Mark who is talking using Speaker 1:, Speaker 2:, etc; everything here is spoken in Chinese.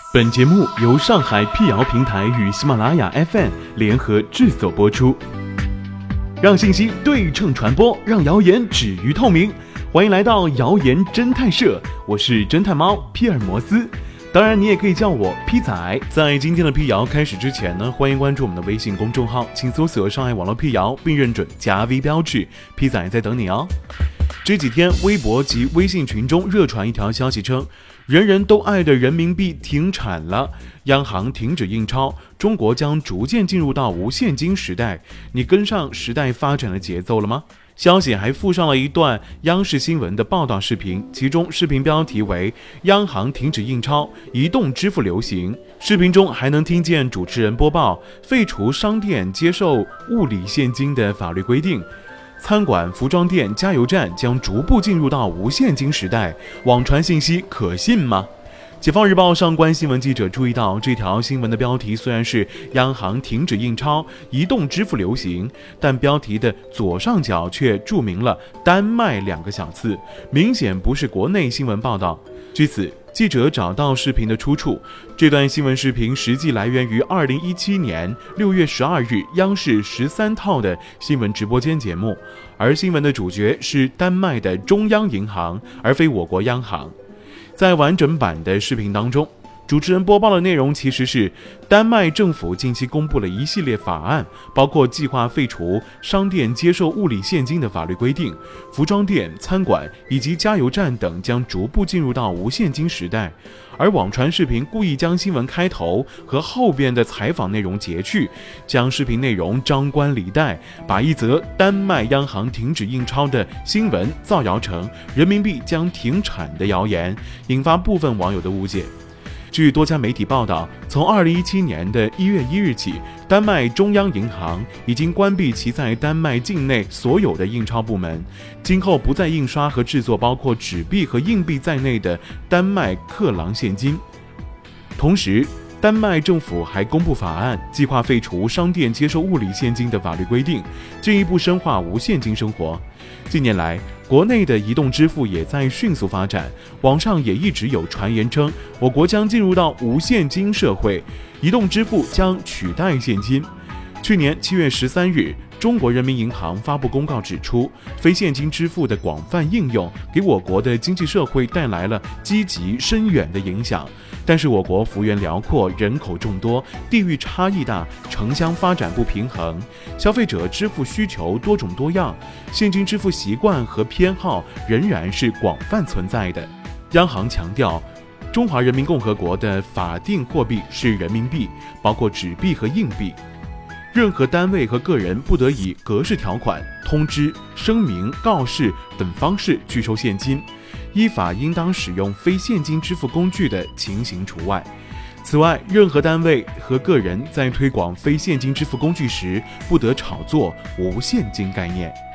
Speaker 1: 本节目由上海辟谣平台与喜马拉雅 FM 联合制作播出，让信息对称传播，让谣言止于透明。欢迎来到谣言侦探社，我是侦探猫皮尔摩斯，当然你也可以叫我 P 仔。在今天的辟谣开始之前呢，欢迎关注我们的微信公众号，请搜索上海网络辟谣并认准加 V 标志，P 仔在等你哦。这几天微博及微信群中热传一条消息称，人人都爱的人民币停产了，央行停止印钞，中国将逐渐进入到无现金时代。你跟上时代发展的节奏了吗？消息还附上了一段央视新闻的报道视频，其中视频标题为央行停止印钞，移动支付流行。视频中还能听见主持人播报废除商店接受物理现金的法律规定，餐馆、服装店、加油站将逐步进入到无现金时代，网传信息可信吗？解放日报上官新闻记者注意到，这条新闻的标题虽然是央行停止印钞，移动支付流行，但标题的左上角却注明了丹麦2个小字，明显不是国内新闻报道。据此，记者找到视频的出处，这段新闻视频实际来源于2017年6月12日央视13套的新闻直播间节目，而新闻的主角是丹麦的中央银行，而非我国央行。在完整版的视频当中，主持人播报的内容其实是丹麦政府近期公布了一系列法案，包括计划废除商店接受物理现金的法律规定，服装店、餐馆以及加油站等将逐步进入到无现金时代。而网传视频故意将新闻开头和后边的采访内容截去，将视频内容张冠李戴，把一则丹麦央行停止印钞的新闻造谣成人民币将停产的谣言，引发部分网友的误解。据多家媒体报道，从2017年的1月1日起，丹麦中央银行已经关闭其在丹麦境内所有的印钞部门，今后不再印刷和制作包括纸币和硬币在内的丹麦克朗现金。同时，丹麦政府还公布法案，计划废除商店接受物理现金的法律规定，进一步深化无现金生活。近年来，国内的移动支付也在迅速发展，网上也一直有传言称，我国将进入到无现金社会，移动支付将取代现金。去年7月13日，中国人民银行发布公告指出，非现金支付的广泛应用给我国的经济社会带来了积极深远的影响。但是我国幅员辽阔，人口众多，地域差异大，城乡发展不平衡，消费者支付需求多种多样，现金支付习惯和偏好仍然是广泛存在的。央行强调，中华人民共和国的法定货币是人民币，包括纸币和硬币。任何单位和个人不得以格式条款、通知、声明、告示等方式拒收现金，依法应当使用非现金支付工具的情形除外。此外，任何单位和个人在推广非现金支付工具时，不得炒作无现金概念。